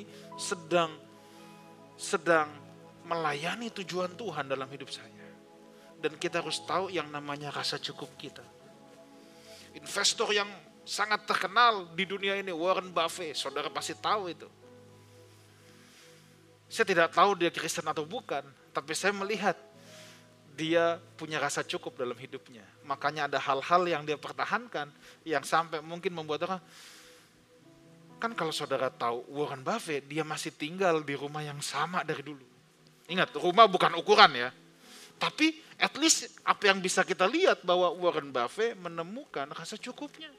sedang melayani tujuan Tuhan dalam hidup saya. Dan kita harus tahu yang namanya rasa cukup kita. Investor yang sangat terkenal di dunia ini, Warren Buffett, saudara pasti tahu itu. Saya tidak tahu dia Kristen atau bukan, tapi saya melihat dia punya rasa cukup dalam hidupnya. Makanya ada hal-hal yang dia pertahankan yang sampai mungkin membuat orang, kan kalau saudara tahu Warren Buffett, dia masih tinggal di rumah yang sama dari dulu. Ingat, rumah bukan ukuran ya. Tapi at least apa yang bisa kita lihat bahwa Warren Buffett menemukan rasa cukupnya.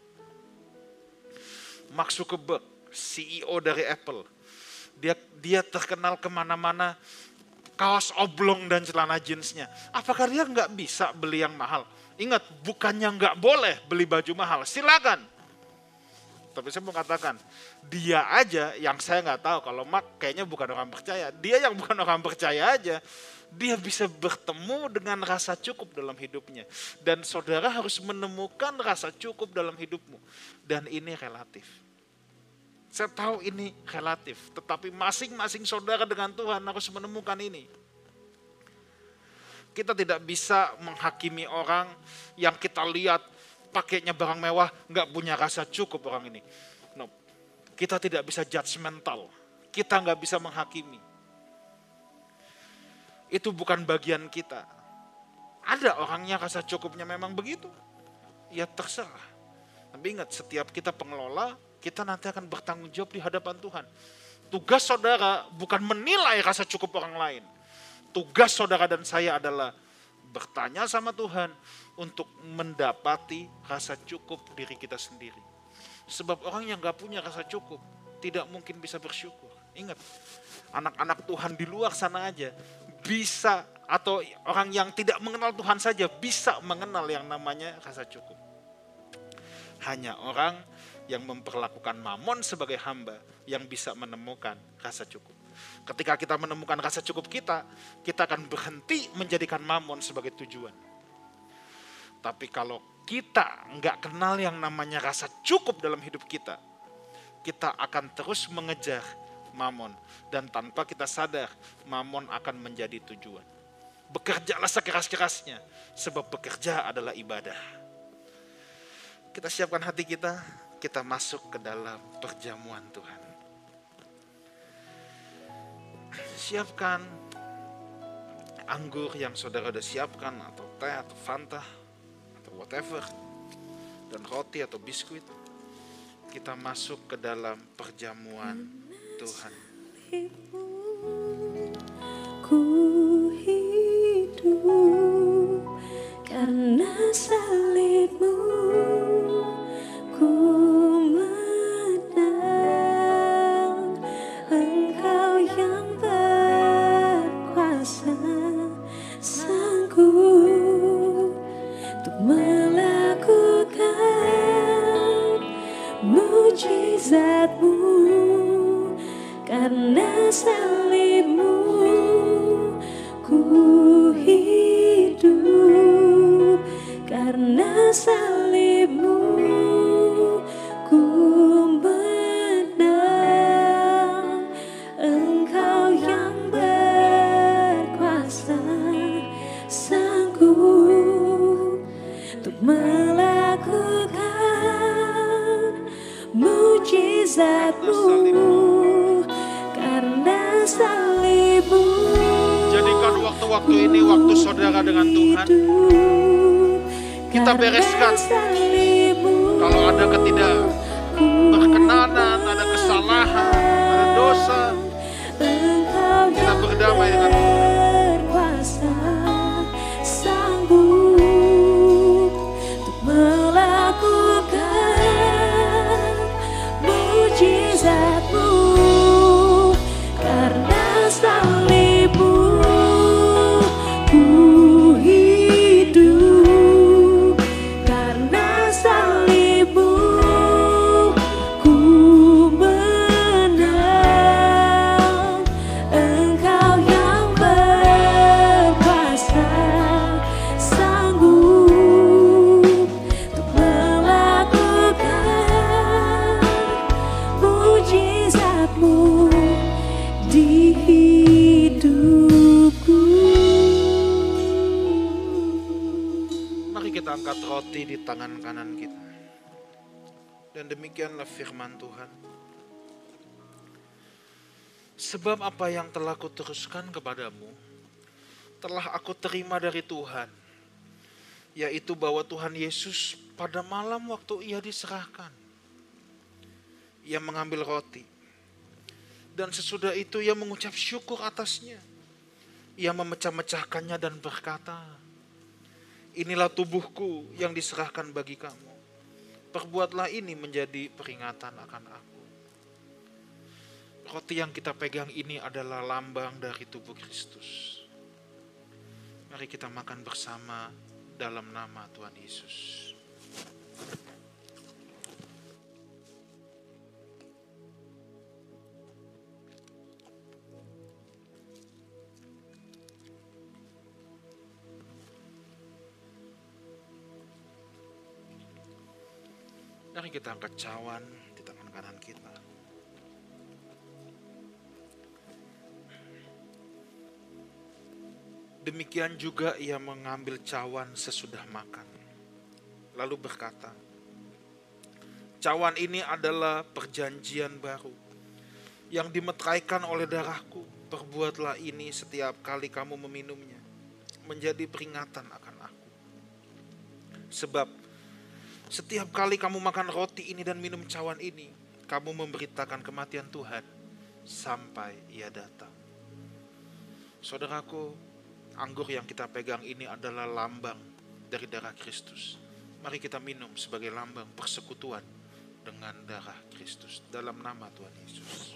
Mark Zuckerberg, CEO dari Apple, dia terkenal kemana-mana, kaos oblong dan celana jeansnya. Apakah dia nggak bisa beli yang mahal? Ingat, bukannya nggak boleh beli baju mahal, silakan. Tapi saya mau katakan, dia aja yang saya nggak tahu, kalau Mark kayaknya bukan orang percaya. Dia yang bukan orang percaya aja, dia bisa bertemu dengan rasa cukup dalam hidupnya. Dan saudara harus menemukan rasa cukup dalam hidupmu. Dan ini relatif. Saya tahu ini relatif, tetapi masing-masing saudara dengan Tuhan harus menemukan ini. Kita tidak bisa menghakimi orang yang kita lihat pakainya barang mewah, nggak punya rasa cukup orang ini. No. Kita tidak bisa judgmental, kita nggak bisa menghakimi. Itu bukan bagian kita. Ada orangnya rasa cukupnya memang begitu, ya terserah. Tapi ingat, setiap kita pengelola, kita nanti akan bertanggung jawab di hadapan Tuhan. Tugas saudara bukan menilai rasa cukup orang lain. Tugas saudara dan saya adalah bertanya sama Tuhan untuk mendapati rasa cukup diri kita sendiri. Sebab orang yang gak punya rasa cukup tidak mungkin bisa bersyukur. Ingat, anak-anak Tuhan di luar sana aja bisa, atau orang yang tidak mengenal Tuhan saja bisa mengenal yang namanya rasa cukup. Hanya orang yang memperlakukan mamon sebagai hamba yang bisa menemukan rasa cukup. Ketika kita menemukan rasa cukup kita akan berhenti menjadikan mamon sebagai tujuan. Tapi kalau kita nggak kenal yang namanya rasa cukup dalam hidup kita akan terus mengejar mamon. Dan tanpa kita sadar, mamon akan menjadi tujuan. Bekerjalah sekeras-kerasnya, sebab bekerja adalah ibadah. Kita siapkan hati kita masuk ke dalam perjamuan Tuhan. Siapkan anggur yang saudara udah siapkan, atau teh atau Fanta atau whatever, dan roti atau biskuit. Kita masuk ke dalam perjamuan Tuhan. Ku hidup karena salib-Mu, ku menang. Engkau yang berkuasa, sanggup untuk melakukan mujizat-Mu. Karena salib-Mu ku hidup, karena salib-Mu ku menang. Engkau yang berkuasa, sanggup untuk melakukan mujizat-Mu. Karena salib-Mu. Jadikan waktu-waktu ini waktu saudara dengan Tuhan. Kita bereskan kalau ada ketidakberkenanan, ada kesalahan, ada dosa. Kita berdamai dengan Tuhan. Sanggup untuk melakukan mujizat-Mu. Karena salib-Mu ku hidup, karena salib-Mu ku menang. Engkau yang berkuasa, sanggup untuk melakukan mujizat-Mu di hidupku. Mari kita angkat roti di tangan kanan kita. Dan demikianlah firman Tuhan. Sebab apa yang telah kuteruskan kepadamu, telah aku terima dari Tuhan, yaitu bahwa Tuhan Yesus pada malam waktu ia diserahkan, ia mengambil roti, dan sesudah itu ia mengucap syukur atasnya. Ia memecah-mecahkannya dan berkata, inilah tubuhku yang diserahkan bagi kamu. Perbuatlah ini menjadi peringatan akan aku. Roti yang kita pegang ini adalah lambang dari tubuh Kristus. Mari kita makan bersama dalam nama Tuhan Yesus. Mari kita angkat cawan di tangan kanan kita. Demikian juga ia mengambil cawan sesudah makan, lalu berkata, cawan ini adalah perjanjian baru yang dimeteraikan oleh darahku. Perbuatlah ini setiap kali kamu meminumnya, menjadi peringatan akan aku. Sebab setiap kali kamu makan roti ini dan minum cawan ini, kamu memberitakan kematian Tuhan sampai ia datang. Saudaraku, anggur yang kita pegang ini adalah lambang dari darah Kristus. Mari kita minum sebagai lambang persekutuan dengan darah Kristus. Dalam nama Tuhan Yesus.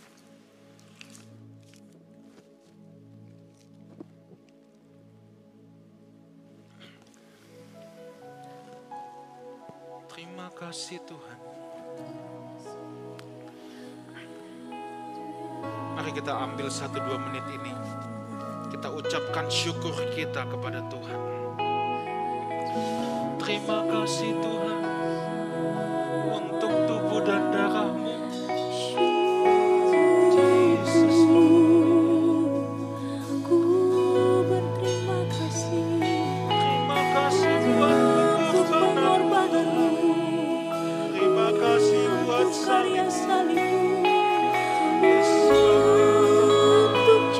Terima kasih Tuhan. Mari kita ambil 1-2 menit ini. Kita ucapkan syukur kita kepada Tuhan. Terima kasih Tuhan untuk tubuh dan darah-Mu. Yesus. Ku berterima kasih. Terima kasih buat pengorbanan-Mu. Terima kasih buat karya salib-Mu. Yesus. Untuk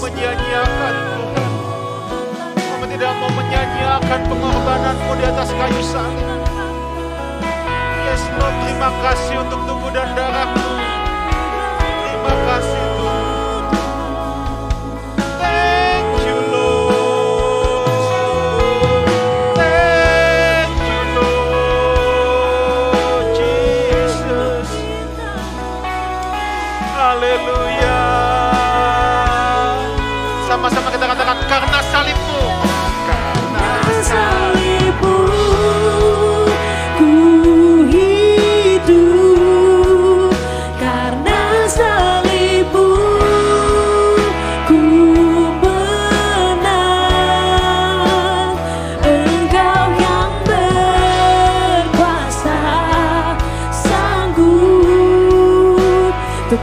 menyia-nyiakan Tuhan. Kami tidak mau menyia-nyiakan pengorbananmu di atas kayu salib. Yes Lord, terima kasih untuk tubuh dan darahmu. Terima kasih Tuhan. Thank you Lord. Thank you Lord Jesus. Haleluya. Sama-sama kita katakan, karena salibmu. Karena salibmu ku hidup, karena salibmu ku menang. Engkau yang berkuasa, sanggup untuk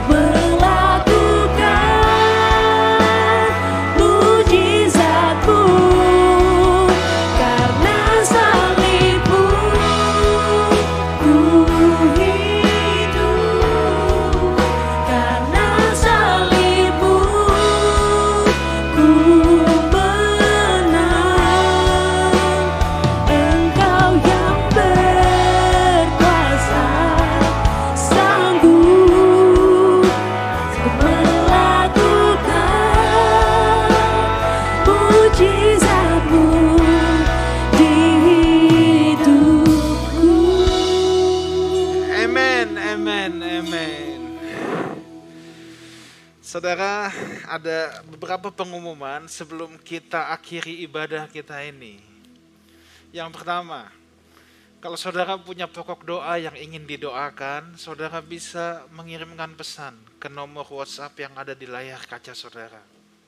melakukan mujizatmu. Karena salibmu ku hidup, karena salibmu ku menang. Engkau yang berkuasa, sanggup untuk melakukan mujizatmu di hidupku. Amen, amen, amen. Saudara, ada beberapa pengumuman sebelum kita akhiri ibadah kita ini. Yang pertama, kalau saudara punya pokok doa yang ingin didoakan, saudara bisa mengirimkan pesan ke nomor WhatsApp yang ada di layar kaca saudara.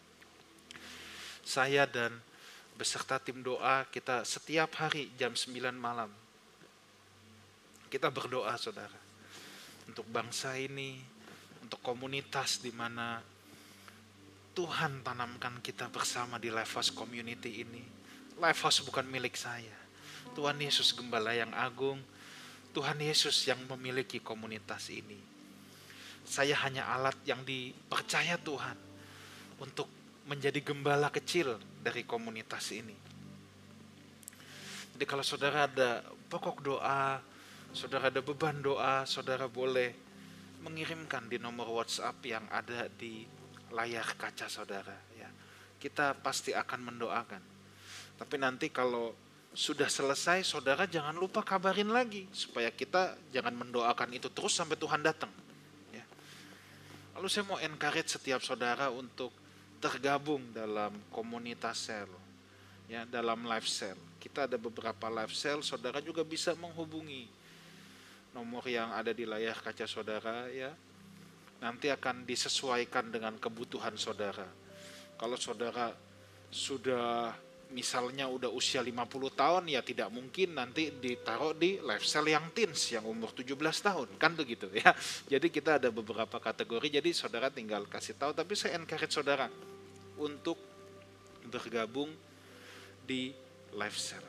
Saya dan beserta tim doa kita setiap hari jam 9 malam. Kita berdoa saudara. Untuk bangsa ini, untuk komunitas di mana Tuhan tanamkan kita bersama di Lifehouse Community ini. Lifehouse bukan milik saya. Tuhan Yesus Gembala yang agung. Tuhan Yesus yang memiliki komunitas ini. Saya hanya alat yang dipercaya Tuhan untuk menjadi gembala kecil dari komunitas ini. Jadi kalau saudara ada pokok doa, saudara ada beban doa, saudara boleh mengirimkan di nomor WhatsApp yang ada di layar kaca saudara. Ya, kita pasti akan mendoakan. Tapi nanti kalau sudah selesai, saudara jangan lupa kabarin lagi supaya kita jangan mendoakan itu terus sampai Tuhan datang. Ya. Lalu saya mau encourage setiap saudara untuk tergabung dalam komunitas sel, ya, dalam live cell. Kita ada beberapa live cell, saudara juga bisa menghubungi nomor yang ada di layar kaca saudara, ya. Nanti akan disesuaikan dengan kebutuhan saudara. Kalau saudara sudah misalnya udah usia 50 tahun, ya tidak mungkin nanti ditaruh di live cell yang teens, yang umur 17 tahun, kan begitu ya. Jadi kita ada beberapa kategori, jadi saudara tinggal kasih tahu, tapi saya encourage saudara untuk bergabung di live cell.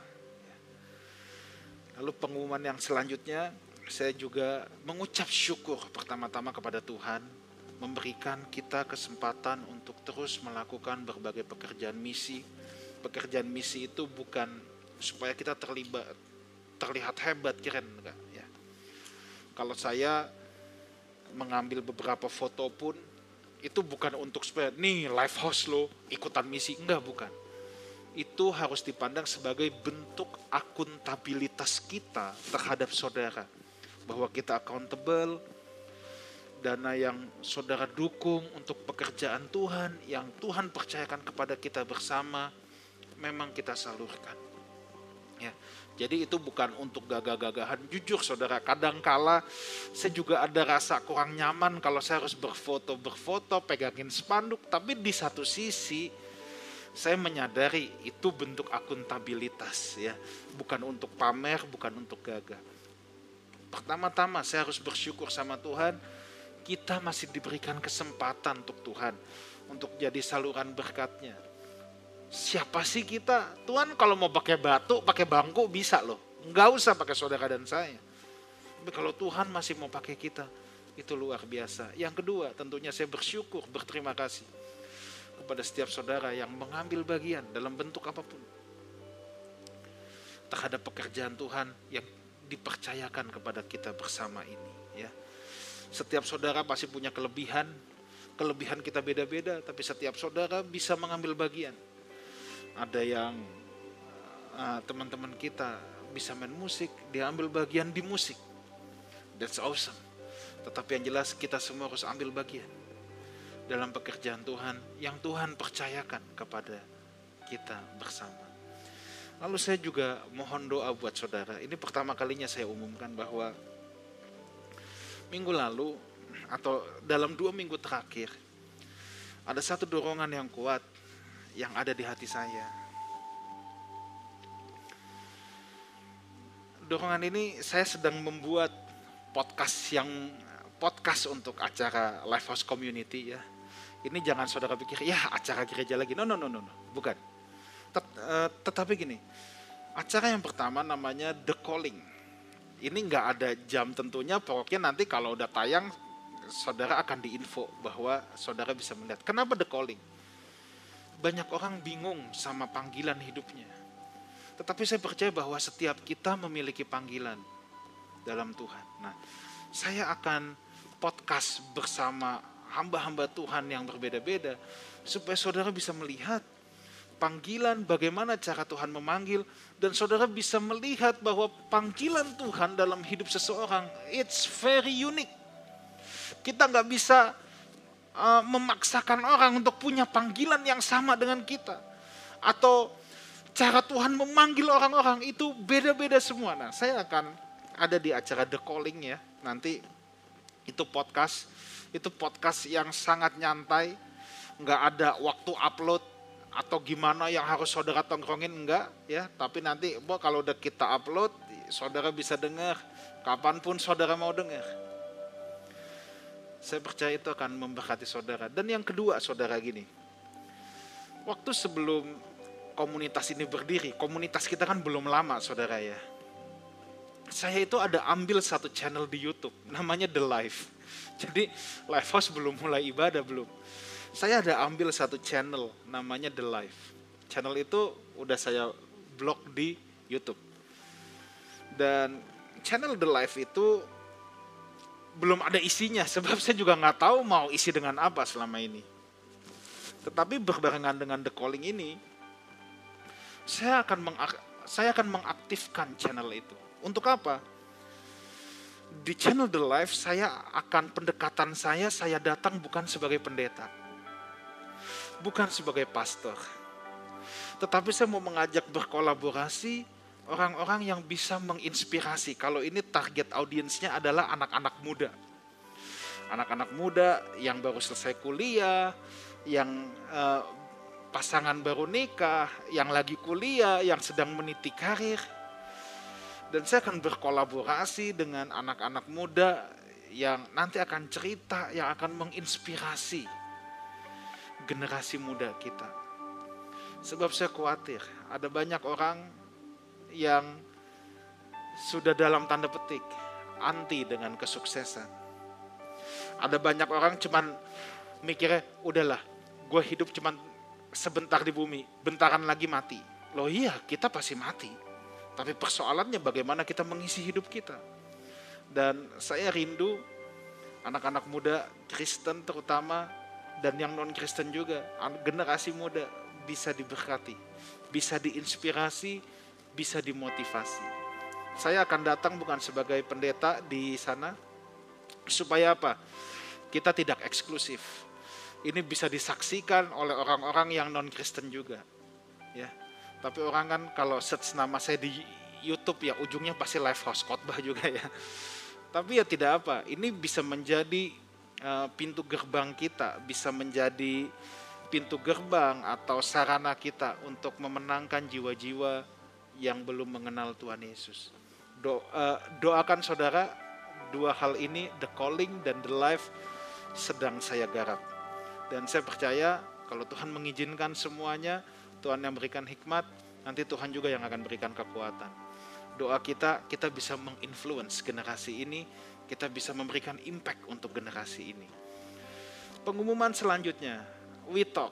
Lalu pengumuman yang selanjutnya, saya juga mengucap syukur pertama-tama kepada Tuhan memberikan kita kesempatan untuk terus melakukan berbagai pekerjaan misi. Pekerjaan misi itu bukan supaya kita terlihat hebat, keren enggak ya. Kalau saya mengambil beberapa foto pun itu bukan untuk supaya nih Lifehouse lo ikutan misi, enggak, bukan. Itu harus dipandang sebagai bentuk akuntabilitas kita terhadap saudara. Bahwa kita accountable, dana yang saudara dukung untuk pekerjaan Tuhan, yang Tuhan percayakan kepada kita bersama, memang kita salurkan. Ya, jadi itu bukan untuk gagah-gagahan. Jujur saudara, kadangkala saya juga ada rasa kurang nyaman kalau saya harus berfoto, pegangin spanduk. Tapi di satu sisi, saya menyadari itu bentuk akuntabilitas, ya, bukan untuk pamer, bukan untuk gagah. Pertama-tama saya harus bersyukur sama Tuhan, kita masih diberikan kesempatan untuk Tuhan, untuk jadi saluran berkat-Nya. Siapa sih kita? Tuhan kalau mau pakai batu, pakai bangku bisa loh. Nggak usah pakai saudara dan saya. Tapi kalau Tuhan masih mau pakai kita, itu luar biasa. Yang kedua, tentunya saya bersyukur, berterima kasih kepada setiap saudara yang mengambil bagian dalam bentuk apapun terhadap pekerjaan Tuhan yang dipercayakan kepada kita bersama ini, ya. Setiap saudara pasti punya kelebihan kita beda-beda, tapi setiap saudara bisa mengambil bagian. Ada yang teman-teman kita bisa main musik, dia ambil bagian di musik. That's awesome. Tetapi yang jelas kita semua harus ambil bagian dalam pekerjaan Tuhan yang Tuhan percayakan kepada kita bersama. Lalu saya juga mohon doa buat saudara. Ini pertama kalinya saya umumkan bahwa minggu lalu atau dalam 2 minggu terakhir ada satu dorongan yang kuat yang ada di hati saya. Dorongan ini, saya sedang membuat podcast untuk acara Lifehouse Community, ya. Ini jangan saudara pikir ya acara gereja lagi. No, bukan. Tetapi gini, acara yang pertama namanya The Calling. Ini nggak ada jam tentunya, pokoknya nanti kalau udah tayang saudara akan diinfo bahwa saudara bisa melihat. Kenapa The Calling? Banyak orang bingung sama panggilan hidupnya. Tetapi saya percaya bahwa setiap kita memiliki panggilan dalam Tuhan. Nah, saya akan podcast bersama hamba-hamba Tuhan yang berbeda-beda supaya saudara bisa melihat panggilan, bagaimana cara Tuhan memanggil, dan saudara bisa melihat bahwa panggilan Tuhan dalam hidup seseorang it's very unique. Kita nggak bisa memaksakan orang untuk punya panggilan yang sama dengan kita, atau cara Tuhan memanggil orang-orang itu beda-beda semua. Nah, saya akan ada di acara The Calling, ya. Nanti itu podcast yang sangat nyantai, nggak ada waktu upload atau gimana yang harus saudara tongkrongin, enggak, ya. Tapi nanti kalau udah kita upload, saudara bisa dengar kapanpun saudara mau dengar. Saya percaya itu akan memberkati saudara. Dan yang kedua, saudara, gini. Waktu sebelum komunitas ini berdiri, komunitas kita kan belum lama, saudara, ya. Saya itu ada ambil satu channel di YouTube, namanya The Life. Jadi Lifehouse belum mulai ibadah, belum. Saya ada ambil satu channel, namanya The Life. Channel itu udah saya blog di YouTube. Dan channel The Life itu belum ada isinya, sebab saya juga nggak tahu mau isi dengan apa selama ini. Tetapi berbarengan dengan The Calling ini, saya akan mengaktifkan channel itu. Untuk apa? Di channel The Life, pendekatan saya datang bukan sebagai pendeta, bukan sebagai pastor, tetapi saya mau mengajak berkolaborasi orang-orang yang bisa menginspirasi. Kalau ini target audiensnya adalah anak-anak muda. Anak-anak muda yang baru selesai kuliah, yang pasangan baru nikah, yang lagi kuliah, yang sedang meniti karir. Dan saya akan berkolaborasi dengan anak-anak muda yang nanti akan cerita, yang akan menginspirasi generasi muda kita. Sebab saya khawatir ada banyak orang yang sudah dalam tanda petik anti dengan kesuksesan. Ada banyak orang cuman mikirnya, udahlah, gue hidup cuman sebentar di bumi, bentaran lagi mati. Loh iya, kita pasti mati. Tapi persoalannya bagaimana kita mengisi hidup kita. Dan saya rindu anak-anak muda Kristen terutama, dan yang non-Kristen juga, generasi muda bisa diberkati, bisa diinspirasi, bisa dimotivasi. Saya akan datang bukan sebagai pendeta di sana, supaya apa? Kita tidak eksklusif. Ini bisa disaksikan oleh orang-orang yang non-Kristen juga, ya. Tapi orang kan kalau search nama saya di YouTube, ya ujungnya pasti Lifehouse khotbah juga, ya. Tapi ya tidak apa, ini bisa menjadi pintu gerbang kita, bisa menjadi pintu gerbang atau sarana kita untuk memenangkan jiwa-jiwa yang belum mengenal Tuhan Yesus. Doakan saudara, dua hal ini, The Calling dan The Life, sedang saya garap. Dan saya percaya kalau Tuhan mengizinkan semuanya, Tuhan yang berikan hikmat, nanti Tuhan juga yang akan berikan kekuatan. Doa kita bisa menginfluence generasi ini, kita bisa memberikan impact untuk generasi ini. Pengumuman selanjutnya, We Talk.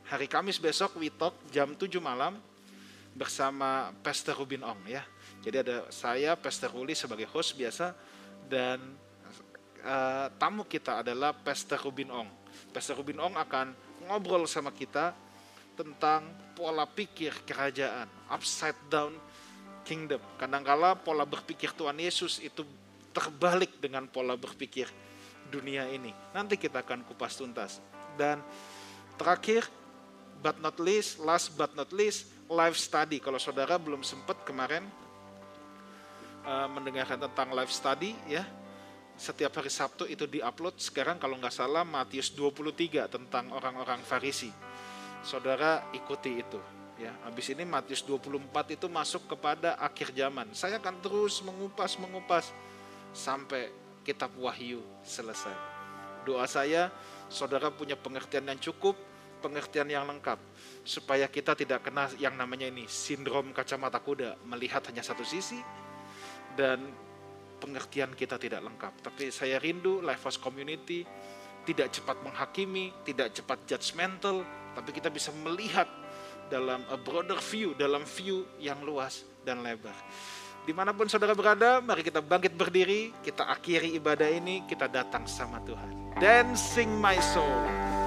Hari Kamis besok We Talk jam 7 malam bersama Pastor Rubin Ong ya. Jadi ada saya, Pastor Ruli sebagai host biasa, dan tamu kita adalah Pastor Rubin Ong. Pastor Rubin Ong akan ngobrol sama kita tentang pola pikir kerajaan, upside down kingdom. Kadangkala pola berpikir Tuhan Yesus itu terbalik dengan pola berpikir dunia ini. Nanti kita akan kupas tuntas. Dan terakhir, last but not least, live study. Kalau saudara belum sempat kemarin mendengarkan tentang live study ya, setiap hari Sabtu itu diupload. Sekarang kalau nggak salah Matius 23 tentang orang-orang Farisi. Saudara ikuti itu ya. Habis ini Matius 24 itu masuk kepada akhir zaman. Saya akan terus mengupas sampai kitab Wahyu selesai. Doa saya saudara punya pengertian yang cukup, pengertian yang lengkap, supaya kita tidak kena yang namanya ini sindrom kacamata kuda, melihat hanya satu sisi dan pengertian kita tidak lengkap. Tapi saya rindu Lifehouse Community tidak cepat menghakimi, tidak cepat judgmental, tapi kita bisa melihat dalam a broader view, dalam view yang luas dan lebar. Dimanapun saudara berada, mari kita bangkit berdiri, kita akhiri ibadah ini, kita datang sama Tuhan. Dancing my soul.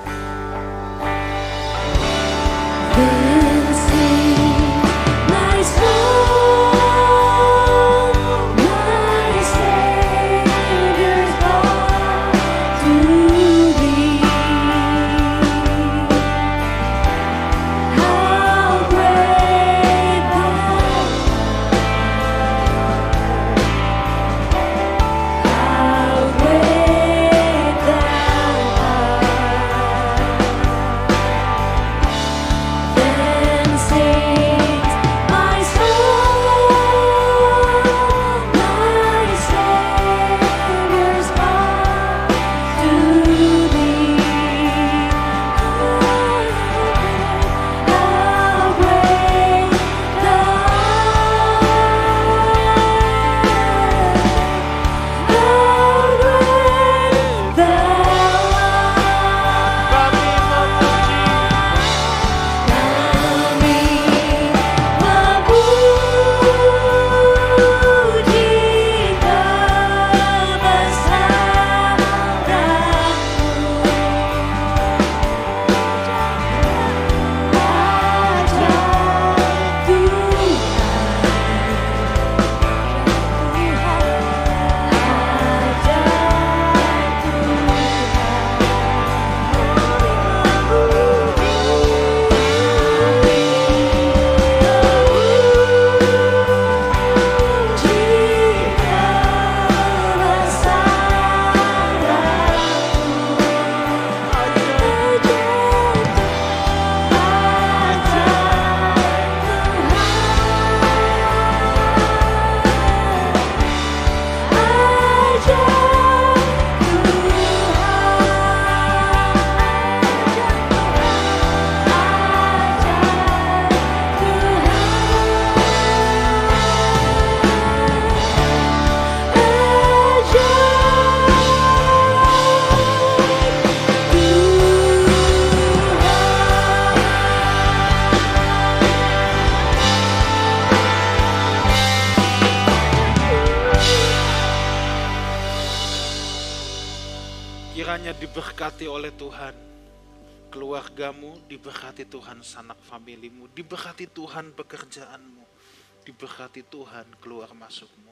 My soul, my Savior's heart to thee. How great thou art! How great thou art! Then sings my soul, my Savior's heart to thee. How great thou Kiranya diberkati oleh Tuhan keluargamu, diberkati Tuhan sanak familimu, diberkati Tuhan pekerjaanmu, diberkati Tuhan keluar masukmu.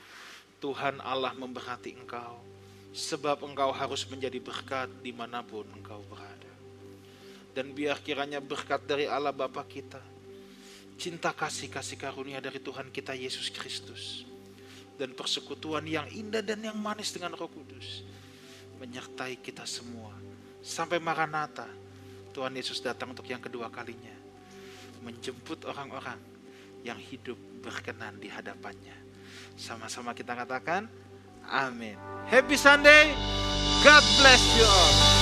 Tuhan Allah memberkati engkau, sebab engkau harus menjadi berkat dimanapun engkau berada. Dan biar kiranya berkat dari Allah Bapa kita, cinta kasih karunia dari Tuhan kita Yesus Kristus, dan persekutuan yang indah dan yang manis dengan Roh Kudus menyertai kita semua sampai Maranatha. Tuhan Yesus datang untuk yang kedua kalinya, menjemput orang-orang yang hidup berkenan di hadapannya. Sama-sama kita katakan amin. Happy Sunday, God bless you all.